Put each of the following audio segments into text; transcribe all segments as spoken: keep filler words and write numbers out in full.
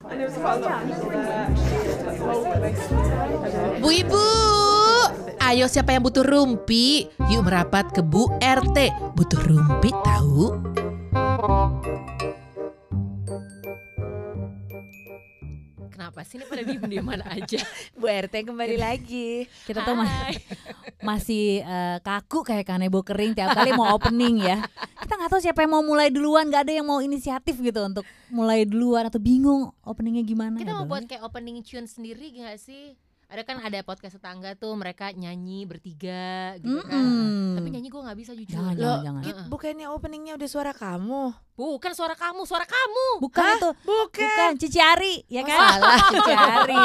Bu Ibu, ayo siapa yang butuh rumpi? Yuk merapat ke Bu R T. Butuh rumpi tahu? Kenapa sih ini pada diem-dieman aja? Bu R T kembali lagi. Kita tuh ma- masih uh, kaku kayak kanebo kering tiap kali mau opening ya. Kita nggak tahu siapa yang mau mulai duluan, nggak ada yang mau inisiatif gitu untuk mulai duluan atau bingung openingnya gimana. Kita ya mau dong, buat ya? kayak opening tune sendiri gak sih? Ada kan ada podcast tetangga tuh mereka nyanyi bertiga gitu kan. Mm-mm. Tapi nyanyi gue nggak bisa jujur. Jangan, Loh, jangan. Git, bukannya openingnya udah suara kamu? Bukan suara kamu, suara kamu. Bukan Hah? itu, Bukan. bukan Cici Ari, ya Oh, kan? salah. Cici Ari.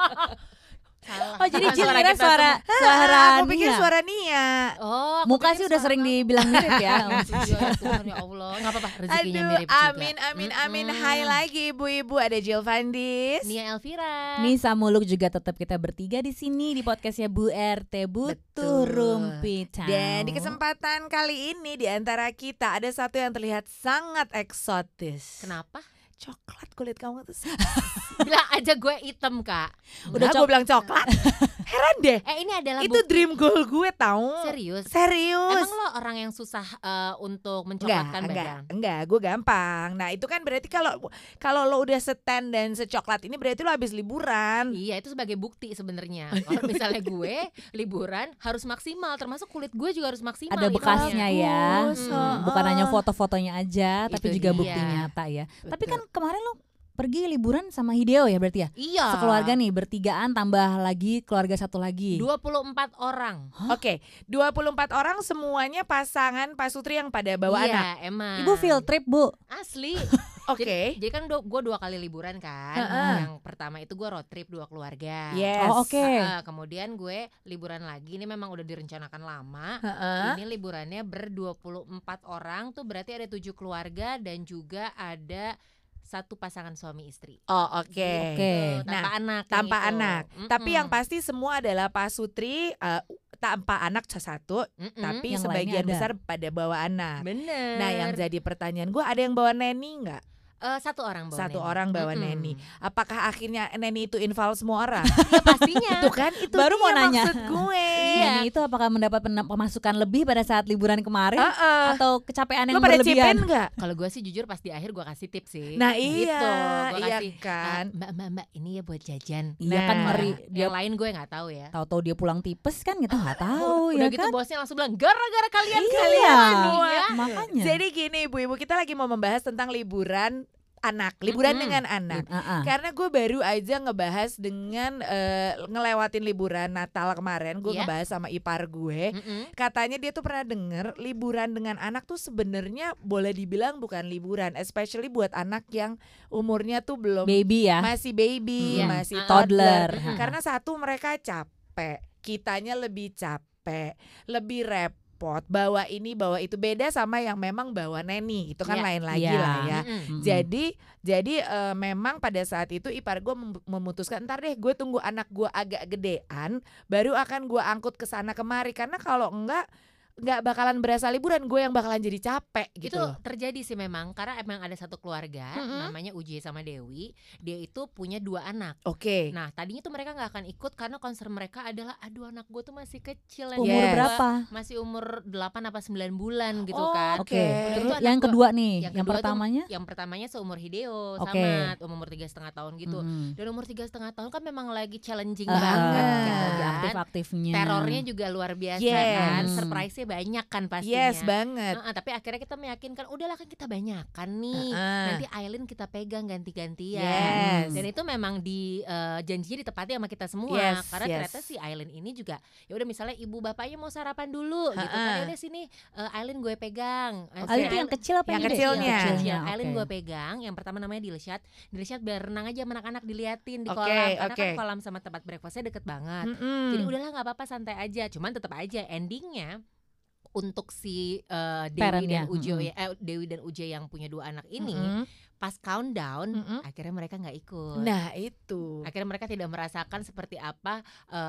Salah. Oh jadi Bukan Cil suara kira kita suara semua. suara Ah, aku pikir Nia. suara Nia. Oh, aku Muka pikir sih udah suara sering kamu. dibilang mirip ya. Iya, Tuhan ya Allah. Nggak apa-apa, rezekinya Aduh, mirip juga. amin, amin, amin. Mm-mm. Hai lagi ibu-ibu, ada Jill Vandis. Nia Elvira. Nisa Muluk juga tetap kita bertiga di sini di podcastnya Bu R T Butuh Betul. Rumpi Tahu. Dan di kesempatan kali ini di antara kita ada satu yang terlihat sangat eksotis. Kenapa? Coklat kulit kamu tuh. Bilang aja gue item kak. Udah cok- gue bilang coklat. Heran deh. Eh ini adalah Itu bukti. dream goal gue tahu. Serius? Serius. Emang lo orang yang susah eh, untuk Enggak, mencoklatkan enggak, badan? enggak, gue gampang. Nah itu kan berarti kalau kalau lo udah setan dan secoklat ini berarti lo habis liburan. Iya itu sebagai bukti sebenarnya. Kalau misalnya gue liburan harus maksimal, termasuk kulit gue juga harus maksimal. Ada bekasnya ya. Bagus, Hmm, oh, bukan oh. hanya foto-fotonya aja, tapi Itu juga dia. bukti nyata ya. Tapi Betul. kan kemarin lo pergi liburan sama Hideo ya berarti ya? Iya. Sekeluarga nih, bertigaan tambah lagi keluarga satu lagi. dua puluh empat orang. Oke, dua puluh empat orang semuanya pasangan Pak Sutri yang pada bawa iya, anak. emang. Ibu field trip, Bu. Asli. Oke. Jadi, jadi kan gue dua kali liburan kan. Heeh. Yang pertama itu gue road trip dua keluarga. Yes. Oh, oke. Heeh, kemudian gue liburan lagi. Ini memang udah direncanakan lama. Heeh. Ini liburannya ber dua puluh empat orang tuh berarti ada tujuh keluarga dan juga ada satu pasangan suami istri. Oh, oke. Oke. Tuh, tanpa Nah, anak. yang Tanpa itu. anak. Mm-mm. Tapi yang pasti semua adalah Pak Sutri eh, tanpa anak satu, Mm-mm. tapi Yang sebagian lainnya ada. besar pada bawa anak. Bener. Nah, yang jadi pertanyaan gue, ada yang bawa neni nggak? Eh, satu orang bawa Satu neni. orang bawa Mm-mm. neni. Apakah akhirnya neni itu inval semua orang? Ya pastinya. Itu kan itu Baru dia mau nanya. maksud gue. Iya. Ini itu apakah mendapat pen- pemasukan lebih pada saat liburan kemarin Heeh. atau kecapean yang Lo pada berlebihan? cipen nggak? Kalau gue sih jujur pas di akhir gue kasih tips sih. Nah Gitu. iya, Gua iya kasih, kan. "Ah, mbak mbak mbak ini ya buat jajan. Iya Nah. kan ngeri dia Yang lain gue nggak tahu ya. tahu-tahu dia pulang tipes kan kita nggak tahu Udah ya gitu kan. bosnya langsung bilang gara-gara kalian Iya. kalian semua. Iya. Makanya. Jadi gini ibu-ibu, kita lagi mau membahas tentang liburan anak, liburan Mm-mm. dengan anak. Ah, ah. Karena gue baru aja ngebahas dengan eh, ngelewatin liburan Natal kemarin, gue Iya. ngebahas sama ipar gue. Mm-mm. Katanya dia tuh pernah denger liburan dengan anak tuh sebenarnya boleh dibilang bukan liburan, especially buat anak yang umurnya tuh belum Baby ya. masih baby, Iya. masih Ah. toddler. Toddler. Karena satu mereka capek, kitanya lebih capek, lebih repot, bawa ini bawa itu, beda sama yang memang bawa neni, itu kan Iya. lain lagi Iya. lah ya. Mm-mm. Mm-mm. Jadi jadi eh, memang pada saat itu ipar gue mem- memutuskan ntar deh gue tunggu anak gue agak gedean baru akan gue angkut ke sana kemari, karena kalau enggak nggak bakalan berasa liburan, gue yang bakalan jadi capek gitu Itu loh. terjadi sih memang karena emang ada satu keluarga Mm-mm. namanya Uje sama Dewi. Dia itu punya dua anak. Oke. Nah tadinya tuh mereka nggak akan ikut karena concern mereka adalah aduh anak gue tuh masih kecil. Umur Yes. berapa? Masih umur delapan apa sembilan bulan gitu Oh, kan. oke. Oke. Udah Terus gitu anak yang gua- kedua nih, yang yang, kedua tuh pertamanya? Yang pertamanya seumur Hideo Oke. sama umur tiga setengah tahun gitu. Mm-mm. Dan umur tiga setengah tahun kan memang lagi challenging Ah, banget banget. kan. lagi aktif-aktifnya. Terornya juga luar biasa Yes. kan. Surprise-nya banyak kan pastinya. Yes banget. Nah, tapi akhirnya kita meyakinkan udahlah kan kita banyakan nih. Heeh. Nanti Aileen kita pegang ganti-gantian. Yes. Dan itu memang di eh, janjinya ditepati sama kita semua. Yes, Karena yes. ternyata si Aileen ini juga ya udah misalnya ibu bapaknya mau sarapan dulu gitu kan. Heeh. Ya udah sini eh, Aileen gue pegang. Eh, Oke. Aileen itu yang kecil apa Yang gede? kecilnya. Yang Kecil. kecilnya. Aileen oke. gue pegang. Yang pertama namanya Dilsyat. Dilsyat biar renang aja sama anak-anak, diliatin di Oke, kolam. Karena oke. kan kolam sama tempat breakfastnya deket banget. Mm-mm. Jadi udahlah nggak apa-apa, santai aja. Cuman tetap aja endingnya untuk si eh, Dewi Parent-nya, dan Uje mm-mm. ya, eh, Dewi dan Uje yang punya dua anak ini Mm-mm. pas countdown Mm-mm. akhirnya mereka nggak ikut. Nah itu. Akhirnya mereka tidak merasakan seperti apa eh,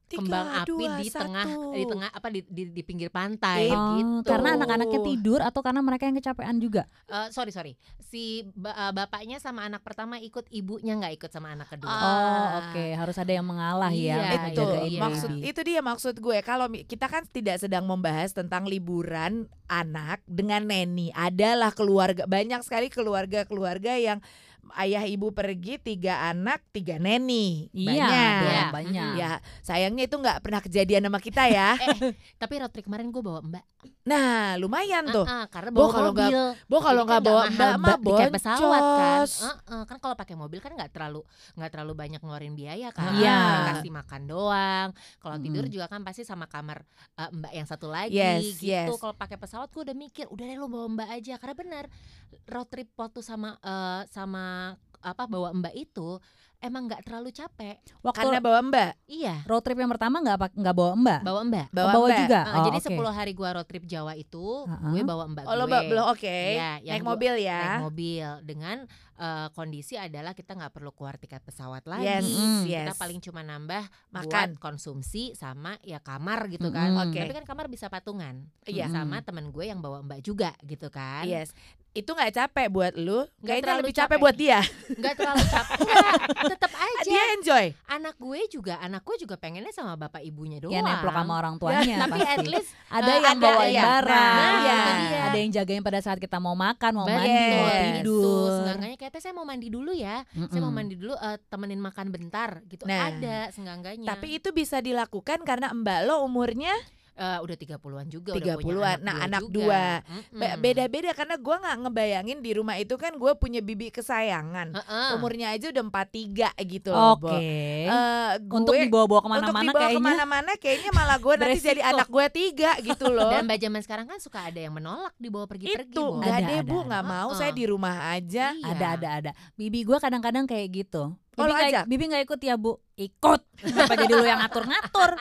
Tiga, kembang api dua, di tengah satu. di tengah apa di di, di pinggir pantai Oh, gitu. karena anak-anaknya tidur atau karena mereka yang kecapean juga? Eh, sorry sorry si ba- eh, bapaknya sama anak pertama ikut, ibunya nggak ikut sama anak kedua. Ah. Oh, oke, harus ada yang mengalah Iya, ya untuk Itu ngejagain iya. maksud baby. itu dia maksud gue. Kalau mi- kita kan tidak sedang membahas tentang liburan anak dengan neni. Adalah keluarga, banyak sekali keluarga-keluarga yang ayah ibu pergi, tiga anak, tiga neni. Iya, Banyak. dong, Iya. banyak. Ya, sayangnya itu nggak pernah kejadian sama kita ya. Eh tapi road trip kemarin gue bawa mbak. Nah, lumayan tuh. Ah, ah, karena Bo, bawa kalau nggak- mobil. Bo kalau Jadi nggak kan bawa mahal, mbak mah tiket pesawat kan. boncos. Ah, ah, kan kalau pakai mobil kan nggak terlalu nggak terlalu banyak ngeluarin biaya kan. Iya. Kasih makan doang. Kalau tidur Mm-mm. juga kan pasti sama kamar eh, mbak yang satu lagi Yes, gitu. yes. Kalau pakai pesawat gue udah mikir, udah deh lo bawa mbak aja, karena benar road trip waktu sama eh, sama apa bawa mbak itu emang nggak terlalu capek. Waktu Karena bawa mbak. Iya, road trip yang pertama nggak pak- nggak bawa mbak? bawa mbak. Bawa, bawa mbak. juga. Ah, Oh, jadi oke. sepuluh hari gua road trip Jawa itu, Ha-ha. gue bawa mbak Oh, lo gue. ba- belum oke. Iya, yang Naik gua- mobil ya. Naik mobil dengan eh, kondisi adalah kita nggak perlu keluar tiket pesawat lagi. Yes, Mm, yes. Kita paling cuma nambah Makan. buat konsumsi sama ya kamar gitu kan. Mm-mm. Oke. Tapi kan kamar bisa patungan. Iya. Sama teman gue yang bawa mbak juga gitu kan. Yes. Itu nggak capek buat lu. Kayaknya terlalu lebih capek capek. buat dia. Nggak terlalu capek. Nggak, tetap aja. Dia enjoy. Anak gue juga, anak gue juga pengennya sama bapak ibunya doang. Ya nemplok sama orang tuanya Tapi pasti. at least ada eh, yang ada, bawain iya. barang, Nah, iya. ada yang jagain pada saat kita mau makan, mau Betul, mandi, mau Yes. tidur. Seenggaknya kayak saya mau mandi dulu ya. Saya mau mandi dulu eh, temenin makan bentar gitu. Nah, Ada seenggaknya. Tapi itu bisa dilakukan karena mbak lo umurnya Eh, udah tiga puluhan juga. tiga udah punya puluhan. Nah, anak juga. dua. Mm-mm. Be- beda-beda karena gua nggak ngebayangin di rumah itu kan gue punya bibi kesayangan. Heeh. Umurnya aja udah empat tiga gitu loh. Oke. Bo. Eh, gue, Untuk dibawa-bawa untuk kemana-mana dibawa kayaknya. kemana-mana kayaknya malah gue nanti jadi Beresiko. anak gue tiga gitu loh. Dan mbak zaman sekarang kan suka ada yang menolak dibawa pergi-pergi. Itu Bo. nggak Ada, deh ada, bu, ada. nggak mau. Heeh. Saya di rumah aja. Iya. Ada ada ada. Bibi gue kadang-kadang kayak gitu. Oh, Bibi lo nggak ajak? Bibi nggak ikut ya bu? Ikut. Kenapa jadi lu yang ngatur-ngatur?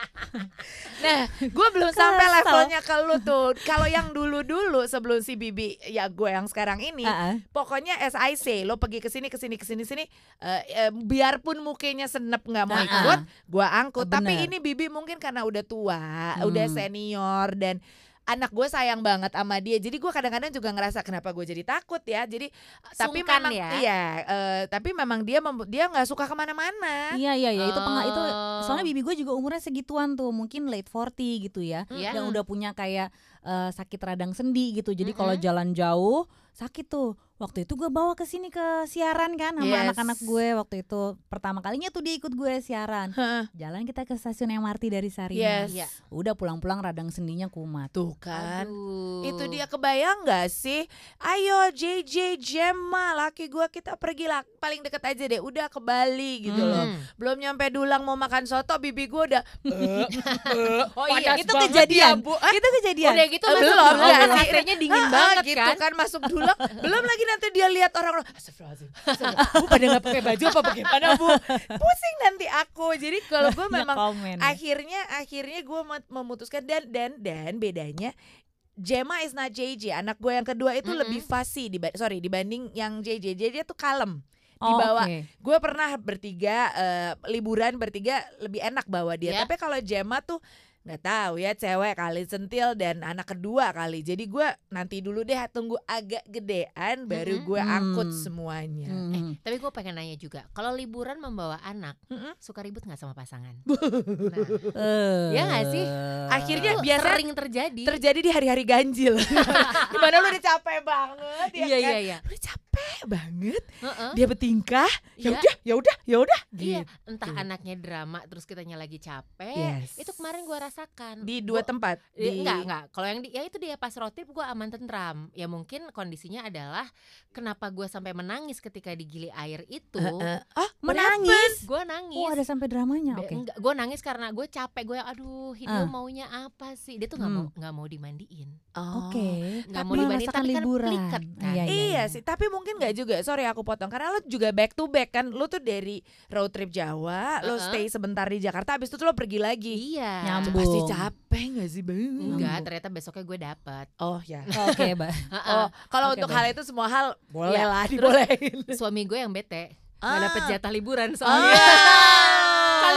Nah, gue belum sampai Kesel. levelnya ke lu tuh. Kalau yang dulu-dulu sebelum si Bibi ya gue yang sekarang ini, Ah, ah. pokoknya as I say, lo pergi ke sini ke sini ke sini sini, eh, eh, biarpun mukanya senep nggak mau Ah, ikut, ah. gue angkut. Tapi Bener. ini Bibi mungkin karena udah tua, Hmm. udah senior dan anak gue sayang banget sama dia. Jadi gue kadang-kadang juga ngerasa kenapa gue jadi takut ya. Jadi tapi Sungkan memang ya. iya, eh, tapi memang dia mem- dia nggak suka kemana-mana. Iya iya iya itu penga- itu Oh. soalnya bibi gue juga umurnya segituan tuh, mungkin late forty gitu ya. Iya. Dan udah punya kayak eh, sakit radang sendi gitu. Jadi kalau Mm-mm. jalan jauh sakit tuh. Waktu itu gue bawa ke sini ke siaran kan sama Yes. anak-anak gue waktu itu. Pertama kalinya tuh dia ikut gue siaran. Hah, Jalan kita ke stasiun M R T dari Sarinah. Yes. Iya. Udah pulang-pulang radang sendinya kumat. Tuh kan. Aduh. Itu dia, kebayang gak sih? Ayo J J Gemma, laki gua, kita pergi lah paling deket aja deh, udah ke Bali gitu Hmm. loh. Belum nyampe Dulang mau makan soto, bibi gua udah eh, eh, Oh panas iya, itu banget kejadian. ya, Bu. Ah, Itu kejadian. Udah gitu Eh, masuk belum, Dulang, enggak sih. rasanya dingin ah, banget gitu kan. kan masuk Dulang. Belum lagi nanti dia lihat orang-orang. Astagfirullahaladzim. Astagfirullahaladzim. Bu pada nggak pakai baju apa bagaimana Bu? Pusing nanti aku. Jadi kalau gua Banyak memang komen. akhirnya akhirnya gue memutuskan dan dan dan bedanya Gemma is not J J, anak gue yang kedua itu Mm-mm. lebih fussy diba- sorry dibanding yang J J. J J tuh kalem. Oh, dibawa. oke. Gue pernah bertiga eh, liburan bertiga lebih enak bawa dia. Yap. Tapi kalau Gemma tuh nggak tahu ya, cewek kali, sentil, dan anak kedua kali. Jadi gue nanti dulu deh tunggu agak gedean baru Mm-mm. gue angkut Hmm. semuanya. Hmm. Tapi gue pengen nanya juga, kalau liburan membawa anak, Mm-mm. suka ribut nggak sama pasangan? Nah, Eh. Ya nggak sih? Akhirnya itu biasa sering terjadi. terjadi di hari-hari ganjil. Dimana lu udah capek banget ya Iya kan? iya iya. Lu udah capek banget. Heeh. Dia bertingkah. Ya Iya. udah, ya udah, ya udah. Iya, Gitu. entah anaknya drama terus kitanya lagi capek. Yes. Itu kemarin gua rasakan. Di dua Gua- tempat. Eh, Di Enggak, enggak. Kalau yang di, ya itu dia pas road trip gue aman tentram. Ya mungkin kondisinya adalah kenapa gue sampai menangis ketika digili air itu. Heeh. Ah, Menangis. Gue nangis. Oh, ada sampai dramanya. Oke. Enggak, gue nangis karena gue capek. Gue aduh, Hidyo Ah. maunya apa sih? Dia tuh nggak Hmm. mau nggak mau dimandiin. Oh. Oke. Nggak Tapi mau dimandiin, merasakan tapi kan liburan. pliket kan. Iya, Iya sih, tapi mungkin nggak juga. Sorry aku potong karena lo juga back to back kan. Lo tuh dari road trip Jawa, lo Uh-uh. stay sebentar di Jakarta, habis itu tuh lo pergi lagi. Iya. Nyambung. Pasti capek nggak sih bang? Enggak, ternyata besoknya gue dapet. Oh ya. Oke, Mbak. Oh, kalau Oke, untuk baik. hal itu semua hal boleh Iya, lah terus- dibolehin. Suami gue yang bete. Ah. Gak dapet jatah liburan Oh. soalnya. Kali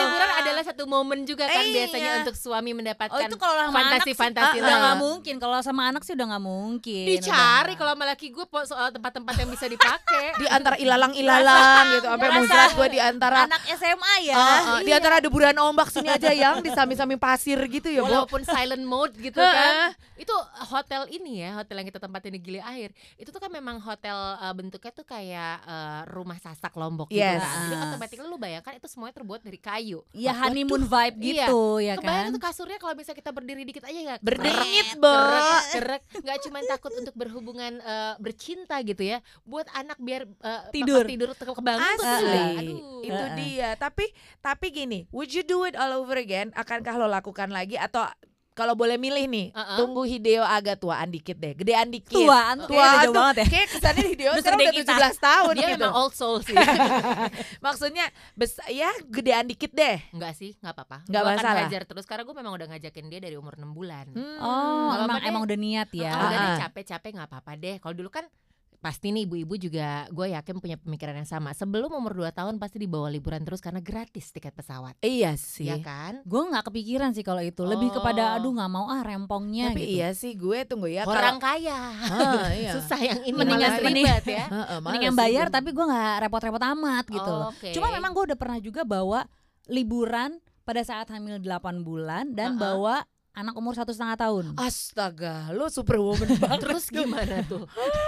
liburan adalah satu momen juga kan Eh, biasanya iya. untuk suami mendapatkan Oh itu kalau sama anak sih fantasi-fantasi udah lain. nggak mungkin. Kalau sama anak sih udah nggak mungkin. Dicari Udah. kalau sama laki gue po- soal tempat-tempat yang bisa dipakai. Di antara ilalang-ilalang gitu, sampai Rasa- muncrat gue di antara anak S M A ya. Uh, uh, di antara deburan ombak sini aja yang di samping-samping pasir gitu ya, Bo. Walaupun silent mode gitu Heeh. kan. Itu hotel ini ya, hotel yang kita tempatin di Gili Air. Itu tuh kan memang hotel uh, bentuknya tuh kayak uh, rumah sasak Lombok Yes. gitu kan. Jadi Ah. otomatis lu bayangkan itu semuanya terbuat dari kayu. Ya honeymoon vibe iya. gitu ya Kebayang kan. tuh kasurnya kalau misalnya kita berdiri dikit aja ya Berdengit, krek, Bo. krek, krek. Nggak cuma takut untuk berhubungan uh, bercinta gitu ya. Buat anak biar uh, Tidur. pas tidur ke- kebangun tuh Asli. gila. Aduh. Itu Heeh. dia. Tapi tapi gini, would you do it all over again? Akankah lo lakukan lagi atau kalau boleh milih nih, Uh-uh. tunggu Hideo agak tuaan dikit deh, gedean dikit. Tuaan tuh kayaknya udah jauh tuh. banget ya. Kayak kesannya Hideo Udah sekarang segede udah kita. tujuh belas tahun Dia gitu. memang old soul sih. Maksudnya bes- ya gedean dikit deh. Enggak sih, enggak apa-apa. Nggak Gua akan masalah. hajar terus karena gue memang udah ngajakin dia dari umur enam bulan. Hmm. Oh, Nggak emang apa-apa deh. emang udah niat ya. Ah, udah deh Ah. capek-capek nggak apa-apa deh. Kalau dulu kan pasti nih ibu-ibu juga gue yakin punya pemikiran yang sama. Sebelum umur dua tahun pasti dibawa liburan terus karena gratis tiket pesawat. Iya sih. Ya kan? Gue nggak kepikiran sih kalau itu. Lebih Oh. kepada aduh nggak mau ah rempongnya Tapi gitu. iya sih gue tunggu ya Orang kaya. kalau Ah, iya. Susah yang ini Mendingan- malah mending- ribet ya. Heeh, Mending males yang sih bayar gue. tapi gue nggak repot-repot amat gitu loh. Oke. Cuma memang gue udah pernah juga bawa liburan pada saat hamil delapan bulan dan Uh-uh. bawa anak umur satu setengah tahun. Astaga, lo superwoman banget. Terus gimana tuh?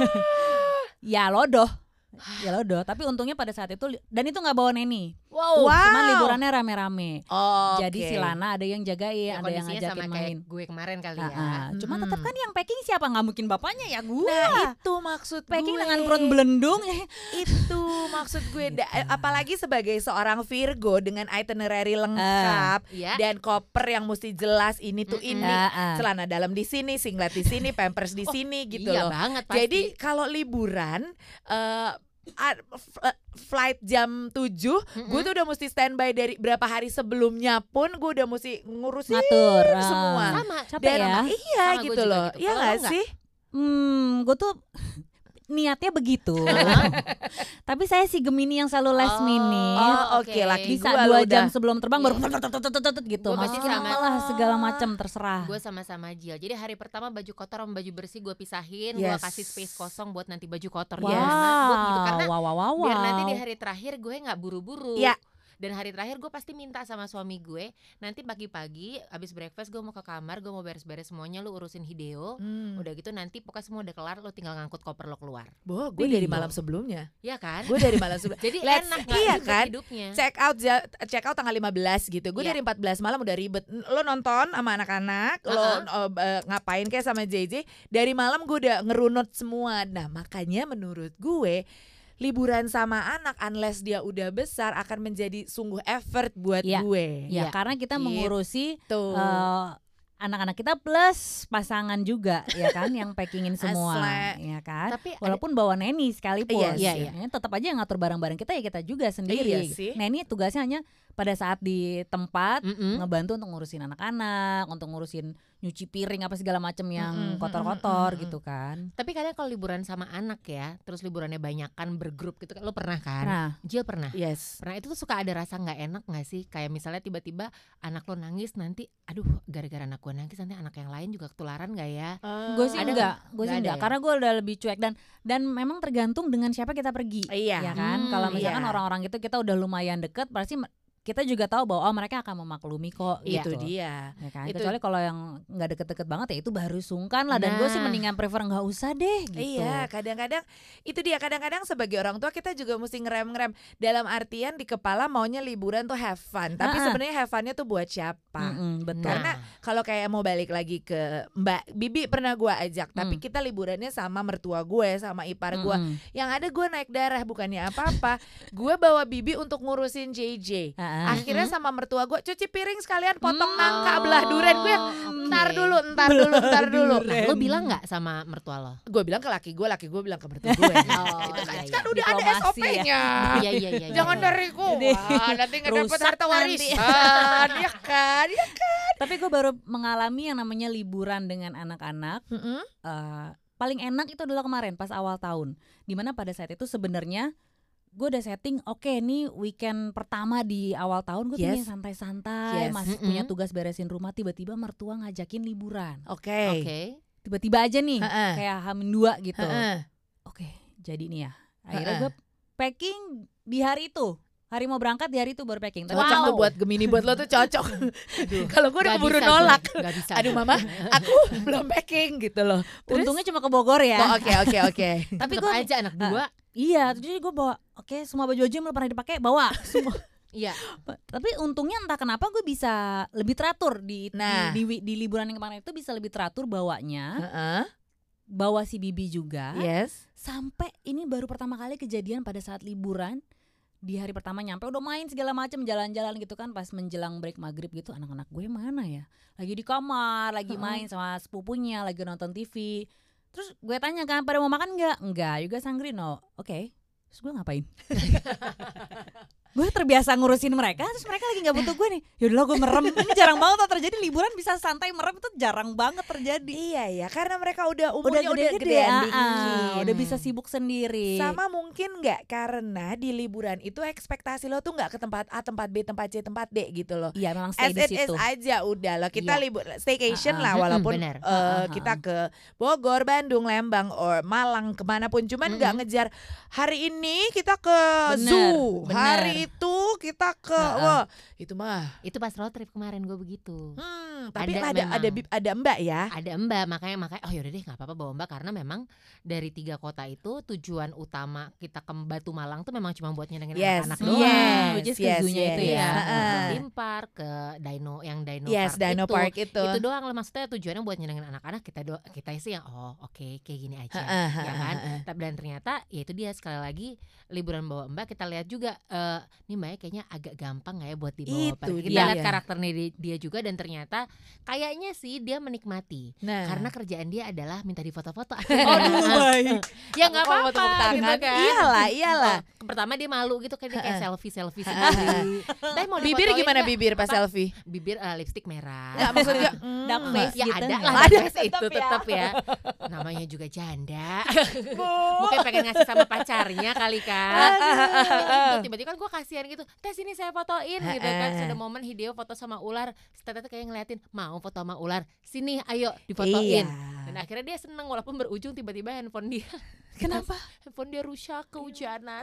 Ya lodoh, ya lodoh. Tapi untungnya pada saat itu li- dan itu nggak bawa neni. Wow. Wow. Cuman liburannya rame-rame. Oh, Jadi oke. si Lana ada yang Ya, jagain, ada yang kondisinya ngajakin sama main. kayak gue kemarin kali Ah, ya. ah. Cuma Mm-mm. tetap kan yang packing siapa? Nggak mungkin bapaknya ya gue. Nah itu maksud Packing gue. dengan perut belendung. Itu maksud gue. Da- Gitu. apalagi sebagai seorang Virgo dengan itinerary lengkap Iya. dan koper yang mesti jelas ini tuh Mm-mm. ini. Ah, ah. Celana dalam di sini, singlet di sini, pampers di sini gitu Iya loh. banget pasti. Jadi kalau liburan eh a- f- eh, flight jam tujuh, Mm-mm. gue tuh udah mesti standby dari berapa hari sebelumnya pun gue udah mesti ngurusin Ngatur. ah. semua. sama. Capek Dan ya. iya Sama gue gitu juga loh. gitu. Iya Kalau gak lo nggak? sih? Hmm, gue tuh niatnya begitu. Tapi saya si Gemini yang selalu last Oh, minute. Oh, oke. oke, laki Bisa gua dua lo jam udah. sebelum terbang baru Iya. tetet gitu. Gua pasti Masukin sama. apalah segala macam terserah. Gue sama-sama Jill. Jadi hari pertama baju kotor sama baju bersih gue pisahin, gue Yes. kasih space kosong buat nanti baju kotor Wow. di mana. Gue gitu karena wow, wow, wow, biar nanti di wow. hari terakhir gue nggak buru-buru. Iya. Dan hari terakhir gue pasti minta sama suami gue, nanti pagi-pagi abis breakfast gue mau ke kamar, gue mau beres-beres semuanya, lu urusin Hideo. Hmm. Udah gitu nanti pokoknya semua udah kelar, lu tinggal ngangkut koper lo keluar. Boh, gue dari Iya. malam sebelumnya. Ya kan? Gue dari malam sebelumnya. Jadi Let's- enak nggak iya ribet kan? hidupnya. Check out ja- check out tanggal lima belas gitu. Gue Iya. dari empat belas malam udah ribet. Lo nonton sama anak-anak, lo Uh-uh. uh, uh, ngapain kayak sama J J. Dari malam gue udah ngerunut semua. Nah, makanya menurut gue liburan sama anak unless dia udah besar akan menjadi sungguh effort buat Iya. gue. Ya, Iya. karena kita Gitu. mengurusi Tuh. eh, anak-anak kita plus pasangan juga ya kan yang packingin semua Asli. ya kan. Tapi ada- Walaupun bawa neni sekalipun, Yes. Iya, iya. ya, tetap aja yang ngatur barang-barang kita ya kita juga sendiri. Iya sih. Neni tugasnya hanya pada saat di tempat Mm-mm. ngebantu untuk ngurusin anak-anak, untuk ngurusin nyuci piring apa segala macam yang Mm-mm, kotor-kotor mm-mm, gitu kan. Tapi kadang kalau liburan sama anak ya, terus liburannya banyakan bergrup gitu kan, lo pernah kan? Nah, Jill pernah? Yes. Pernah itu tuh suka ada rasa nggak enak nggak sih? Kayak misalnya tiba-tiba anak lo nangis nanti, aduh gara-gara anak gue nangis nanti anak yang lain juga ketularan nggak ya? gue sih Ada enggak, gue Nggak sih ada enggak, ya? karena gue udah lebih cuek dan dan memang tergantung dengan siapa kita pergi. Iya. Ya kan, Hmm, kalau misalkan iya. orang-orang itu kita udah lumayan deket, pasti me- kita juga tahu bahwa oh mereka akan memaklumi kok Iya. gitu. Itu dia. Ya kan? Itu- Kecuali kalau yang nggak deket-deket banget ya itu baru sungkan lah dan gue sih Nah. mendingan prefer nggak usah deh gitu. Iya, kadang-kadang itu dia kadang-kadang sebagai orang tua kita juga mesti ngerem-ngerem dalam artian di kepala maunya liburan tuh have fun, tapi Ah-ah. sebenarnya have funnya tuh buat siapa? Mm-mm, betul. Karena kalau kayak mau balik lagi ke Mbak Bibi pernah gua ajak, tapi Hmm. kita liburannya sama mertua gue sama ipar gua. Mm-mm. Yang ada gue naik darah bukannya apa-apa. Gue bawa Bibi untuk ngurusin J J. Ah-ah. Akhirnya sama mertua gue cuci piring sekalian potong Hmm. nangka belah duren. Gue yang Oh, ntar oke. dulu, ntar dulu, ntar dulu. Nah, lo bilang nggak sama mertua lo? Gue bilang ke laki gue, laki gue bilang ke mertua gue. Oh, itu kan, iya, iya. kan udah ada Diplomasi S O P-nya. Iya iya iya. Jangan iya. dari gue, nanti nggak dapat rusak harta nanti. warisan, ya kan? Ya. Tapi gue baru mengalami yang namanya liburan dengan anak-anak. Mm-mm. eh, paling enak itu adalah kemarin pas awal tahun, dimana pada saat itu sebenarnya gue udah setting oke nih weekend pertama di awal tahun gue Yes. pengen santai-santai Yes. masih Mm-mm. punya tugas beresin rumah, tiba-tiba mertua ngajakin liburan. Oke. Oke. Tiba-tiba aja nih Heeh. kayak hamin dua gitu. Heeh. Oke, jadi nih ya. Akhirnya Heeh. gue packing di hari itu. Hari mau berangkat di hari itu baru packing. Tapi Cocok Wow. tuh buat Gemini, buat lo tuh cocok. Kalau gue udah Gak keburu bisa gue, nolak. gak bisa Aduh gue. mama, aku belum packing gitu loh. Terus? untungnya cuma ke Bogor ya. Oh, Oke oke oke. Tapi Tetep gue aja anak dua. iya, jadi gue bawa oke semua baju baju yang belum pernah dipakai bawa semua. Iya. Tapi untungnya entah kenapa gue bisa lebih teratur di, Nah. di, di di liburan yang kemarin itu bisa lebih teratur bawanya, Heeh. bawa si Bibi juga. Yes. Sampai ini baru pertama kali kejadian pada saat liburan. Di hari pertama nyampe udah main segala macam, jalan-jalan gitu kan, pas menjelang break maghrib gitu anak-anak gue mana ya? Lagi di kamar, lagi main sama sepupunya, lagi nonton T V. Terus gue tanya kan, pada mau makan nggak? Enggak, juga Sanggrino. Oke. Terus gue ngapain? Gue terbiasa ngurusin mereka, terus mereka lagi nggak butuh gue nih. Yaudahlah gue merem. Ini jarang banget tuh terjadi, liburan bisa santai merem itu jarang banget terjadi. Iya ya, karena mereka udah Udah umurnya udah, gede-gede, gedean ah, dikit. ah, udah bisa sibuk sendiri. Sama mungkin nggak karena di liburan itu ekspektasi lo tuh nggak ke tempat A, tempat B, tempat C, tempat D gitu loh. Iya memang stay As di it is situ. aja udah loh, kita Iya. libur staycation Ah, ah. lah, Mm-mm, walaupun bener. eh, Ah, ah, kita ah. ke Bogor, Bandung, Lembang, or Malang kemanapun, cuman nggak Mm-mm. ngejar hari ini kita ke Bener, zoo, bener. hari itu kita ke Ah, ah. wah itu mah. Itu pas road trip kemarin gue begitu. Hmm, tapi Ada ada ada memang. bib- ada mbak ya. Ada mbak, makanya makanya oh yaudah deh nggak apa-apa bawa mbak, karena memang dari tiga kota itu tujuan utama kita ke Batu Malang tuh memang cuma buat nyenengin Yes, anak-anak Hmm, doang. yes, which is ke yes, zoo-nya yes. itu Iya, ya. Heeh. ke theme park, ke Dino yang Dino Yes, Park Dino itu. Park itu. Itu doang lah, maksudnya tujuannya buat nyenengin anak-anak, kita do kita sih yang oh oke kayak gini aja, Heeh, ya heeh, kan. heeh. Tapi dan ternyata ya itu dia, sekali lagi liburan bawa mbak kita lihat juga eh nih mbaknya kayaknya agak gampang nggak ya buat dibawa Itu pergi. Kita dia. lihat karakternya di- dia juga, dan ternyata kayaknya sih dia menikmati Nah, karena kerjaan dia adalah minta difoto-foto. Aduh baik. Ya nggak Aku mau apa-apa tepuk tangan. gitu kan. Iyalah, iyalah. Oh, pertama dia malu gitu kan, dia kayak Heeh. selfie selfie sendiri. Tapi mau Bibir difotoin gimana nggak? bibir pas Apa? selfie? Bibir eh, lipstick merah. Enggak maksud gue mm, Dark face Ya gitu ada nggak? lah, Ada, dark face itu tetep ya. tetap ya. Namanya juga janda. Mungkin pengen ngasih sama pacarnya kali kan. Ya itu, tiba-tiba kan gue kasihan gitu. Tes ini saya fotoin gitu kan. Sudah momen Hideo foto sama ular, Tete tuh kayak ngeliatin mau foto sama ular. Sini ayo difotoin. Iya. Dan akhirnya dia seneng, walaupun berujung tiba-tiba handphone dia Kenapa? handphone dia rusak kehujanan.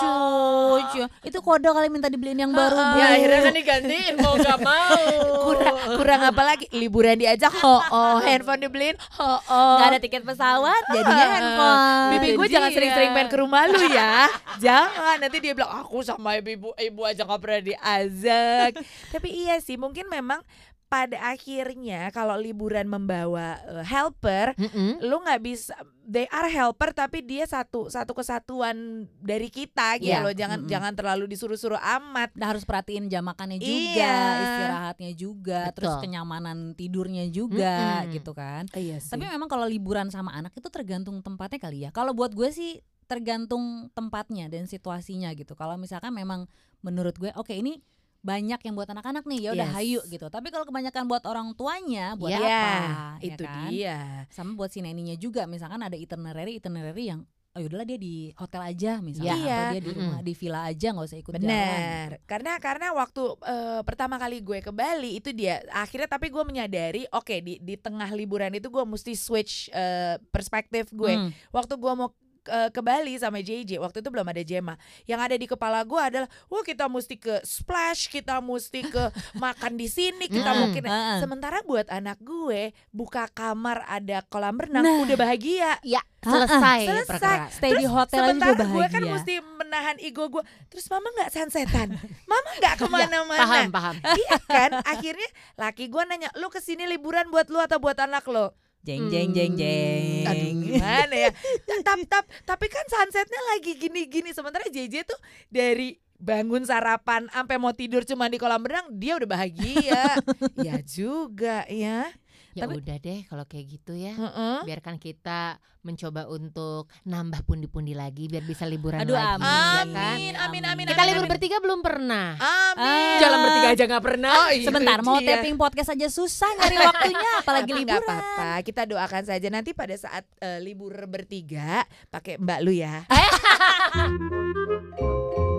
Aduh, itu kode kali minta dibeliin yang baru. Bu. Ya akhirnya kan digantiin mau gak mau. Kurang, kurang apa lagi? Liburan diajak, oh, oh handphone dibeliin, oh, oh. Gak ada tiket pesawat, jadinya handphone. Bibi gue Itu jangan dia. sering-sering main ke rumah lu ya. Jangan, nanti dia bilang aku sama ibu ibu aja gak pernah diajak. Tapi iya sih, mungkin memang pada akhirnya kalau liburan membawa uh, helper, Mm-mm. lu nggak bisa, they are helper tapi dia satu satu kesatuan dari kita gitu Iya. loh. Jangan Mm-mm. jangan terlalu disuruh-suruh amat. Nah, harus perhatiin jam makannya juga, Iya. istirahatnya juga, Betul. terus kenyamanan tidurnya juga Mm-mm. gitu kan. Iya sih. Tapi memang kalau liburan sama anak itu tergantung tempatnya kali ya. Kalau buat gue sih tergantung tempatnya dan situasinya gitu. Kalau misalkan memang menurut gue oke ini banyak yang buat anak-anak nih, ya udah Yes. hayu gitu. Tapi kalau kebanyakan buat orang tuanya, buat Iya, apa? ya, ya itu kan? dia. Sama buat si neninya juga, misalkan ada itinerary itinerary yang oh yaudahlah dia di hotel aja misalnya, Iya. atau dia di rumah Mm-mm. di villa aja nggak usah ikut jalan. Benar, karena karena waktu eh, pertama kali gue ke Bali itu dia akhirnya, tapi gue menyadari oke di di tengah liburan itu gue mesti switch eh, perspektif gue. Hmm. Waktu gue mau ke, ke Bali sama J J, waktu itu belum ada Jema. Yang ada di kepala gue adalah, wah kita mesti ke splash, kita mesti ke makan di sini, kita Mm-mm. mungkin. Ah, ah. Sementara buat anak gue buka kamar ada kolam renang Nah. udah bahagia. Ya Ah, ah. selesai, Selesai. perkara. Stay di Terus hotel aja sementara udah gue kan bahagia. mesti menahan ego gue. Terus mama nggak sunsetan, mama nggak kemana-mana. Paham paham. Iya kan, akhirnya laki gue nanya, lu kesini liburan buat lu atau buat anak lo? Jeng jeng jeng jeng. Aduh gimana ya. Tap, tap, tapi kan sunsetnya lagi gini-gini. Sementara J J tuh dari bangun sarapan sampai mau tidur cuma di kolam renang dia udah bahagia. Ya juga ya. Ya Tapi- udah deh kalau kayak gitu ya. Heeh. Biarkan kita mencoba untuk nambah pundi-pundi lagi biar bisa liburan Aduh, lagi, amin. ya kan? Amin, amin, amin. Kita amin, libur amin. bertiga belum pernah. Amin. Jalan bertiga aja nggak pernah. Oh, itu Sebentar mau dia. tapping podcast aja susah nyari waktunya, apalagi Tapi liburan. nggak apa-apa, kita doakan saja nanti pada saat eh, libur bertiga pakai mbak lu ya.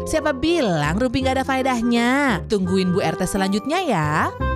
Siapa bilang Rumpi gak ada faedahnya? Tungguin Bu R T selanjutnya ya.